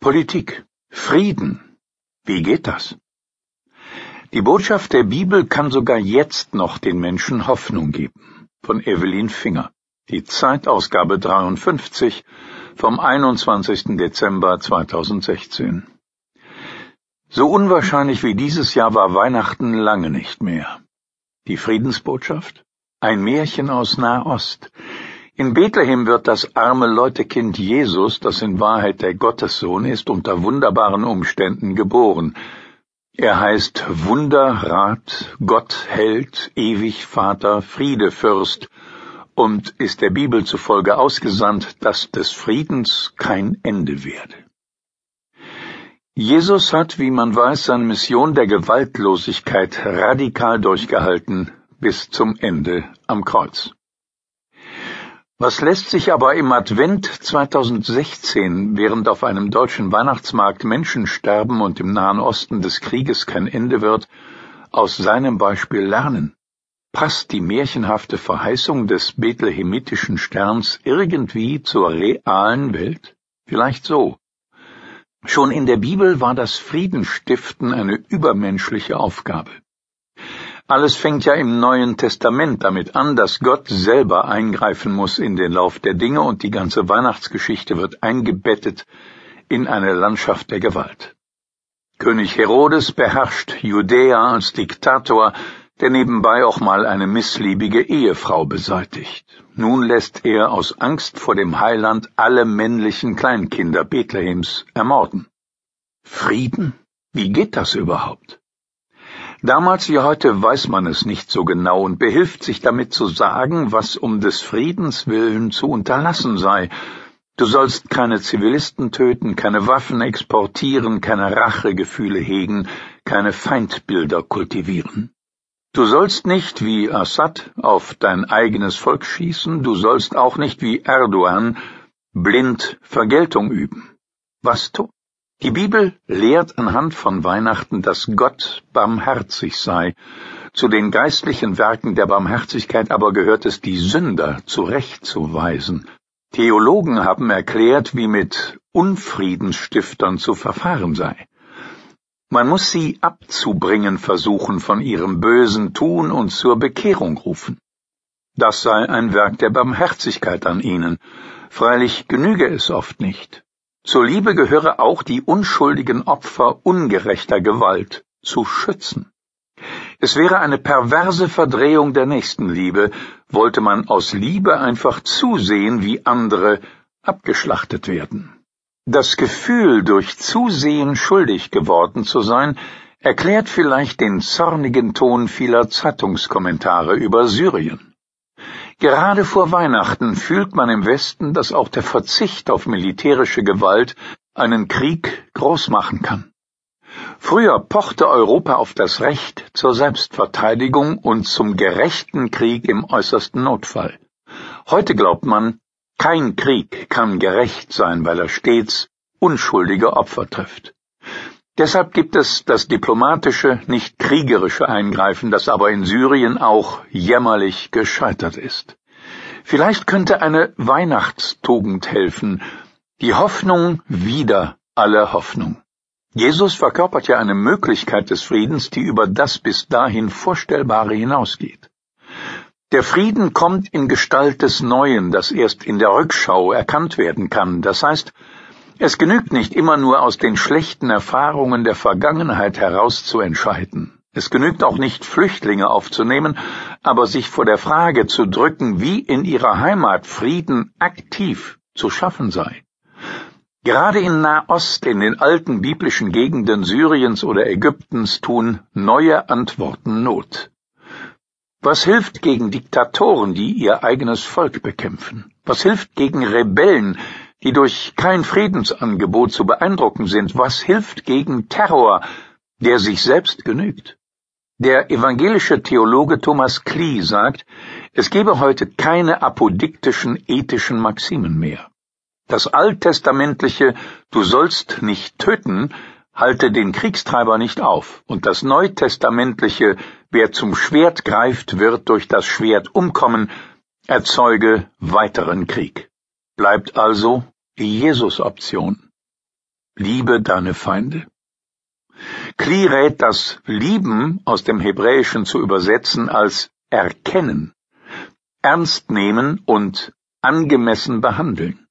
Politik. Frieden. Wie geht das? Die Botschaft der Bibel kann sogar jetzt noch den Menschen Hoffnung geben. Von Evelyn Finger. Die Zeitausgabe 53 vom 21. Dezember 2016. So unwahrscheinlich wie dieses Jahr war Weihnachten lange nicht mehr. Die Friedensbotschaft? Ein Märchen aus Nahost. In Bethlehem wird das arme Leutekind Jesus, das in Wahrheit der Gottessohn ist, unter wunderbaren Umständen geboren. Er heißt Wunderrat, Gottheld, ewig Vater, Friedefürst und ist der Bibel zufolge ausgesandt, dass des Friedens kein Ende werde. Jesus hat, wie man weiß, seine Mission der Gewaltlosigkeit radikal durchgehalten bis zum Ende am Kreuz. Was lässt sich aber im Advent 2016, während auf einem deutschen Weihnachtsmarkt Menschen sterben und im Nahen Osten des Krieges kein Ende wird, aus seinem Beispiel lernen? Passt die märchenhafte Verheißung des bethlehemitischen Sterns irgendwie zur realen Welt? Vielleicht so. Schon in der Bibel war das Friedensstiften eine übermenschliche Aufgabe. Alles fängt ja im Neuen Testament damit an, dass Gott selber eingreifen muss in den Lauf der Dinge und die ganze Weihnachtsgeschichte wird eingebettet in eine Landschaft der Gewalt. König Herodes beherrscht Judäa als Diktator, der nebenbei auch mal eine missliebige Ehefrau beseitigt. Nun lässt er aus Angst vor dem Heiland alle männlichen Kleinkinder Bethlehems ermorden. Frieden? Wie geht das überhaupt? Damals wie heute weiß man es nicht so genau und behilft sich damit zu sagen, was um des Friedens willen zu unterlassen sei. Du sollst keine Zivilisten töten, keine Waffen exportieren, keine Rachegefühle hegen, keine Feindbilder kultivieren. Du sollst nicht wie Assad auf dein eigenes Volk schießen, du sollst auch nicht wie Erdogan blind Vergeltung üben. Was tun? Die Bibel lehrt anhand von Weihnachten, dass Gott barmherzig sei. Zu den geistlichen Werken der Barmherzigkeit aber gehört es, die Sünder zurechtzuweisen. Theologen haben erklärt, wie mit Unfriedensstiftern zu verfahren sei. Man muss sie abzubringen versuchen von ihrem bösen Tun und zur Bekehrung rufen. Das sei ein Werk der Barmherzigkeit an ihnen. Freilich genüge es oft nicht. Zur Liebe gehöre auch, die unschuldigen Opfer ungerechter Gewalt zu schützen. Es wäre eine perverse Verdrehung der Nächstenliebe, wollte man aus Liebe einfach zusehen, wie andere abgeschlachtet werden. Das Gefühl, durch Zusehen schuldig geworden zu sein, erklärt vielleicht den zornigen Ton vieler Zeitungskommentare über Syrien. Gerade vor Weihnachten fühlt man im Westen, dass auch der Verzicht auf militärische Gewalt einen Krieg groß machen kann. Früher pochte Europa auf das Recht zur Selbstverteidigung und zum gerechten Krieg im äußersten Notfall. Heute glaubt man, kein Krieg kann gerecht sein, weil er stets unschuldige Opfer trifft. Deshalb gibt es das diplomatische, nicht kriegerische Eingreifen, das aber in Syrien auch jämmerlich gescheitert ist. Vielleicht könnte eine Weihnachtstugend helfen, die Hoffnung wider alle Hoffnung. Jesus verkörpert ja eine Möglichkeit des Friedens, die über das bis dahin Vorstellbare hinausgeht. Der Frieden kommt in Gestalt des Neuen, das erst in der Rückschau erkannt werden kann. Das heißt, es genügt nicht immer nur aus den schlechten Erfahrungen der Vergangenheit heraus zu entscheiden. Es genügt auch nicht, Flüchtlinge aufzunehmen, aber sich vor der Frage zu drücken, wie in ihrer Heimat Frieden aktiv zu schaffen sei. Gerade in Nahost, in den alten biblischen Gegenden Syriens oder Ägyptens tun neue Antworten Not. Was hilft gegen Diktatoren, die ihr eigenes Volk bekämpfen? Was hilft gegen Rebellen, die durch kein Friedensangebot zu beeindrucken sind? Was hilft gegen Terror, der sich selbst genügt? Der evangelische Theologe Thomas Klee sagt, es gebe heute keine apodiktischen ethischen Maximen mehr. Das alttestamentliche »Du sollst nicht töten« halte den Kriegstreiber nicht auf, und das neutestamentliche »Wer zum Schwert greift, wird durch das Schwert umkommen« erzeuge weiteren Krieg. Bleibt also die Jesus-Option. Liebe deine Feinde? Kli rät, das Lieben aus dem Hebräischen zu übersetzen als erkennen, ernst nehmen und angemessen behandeln.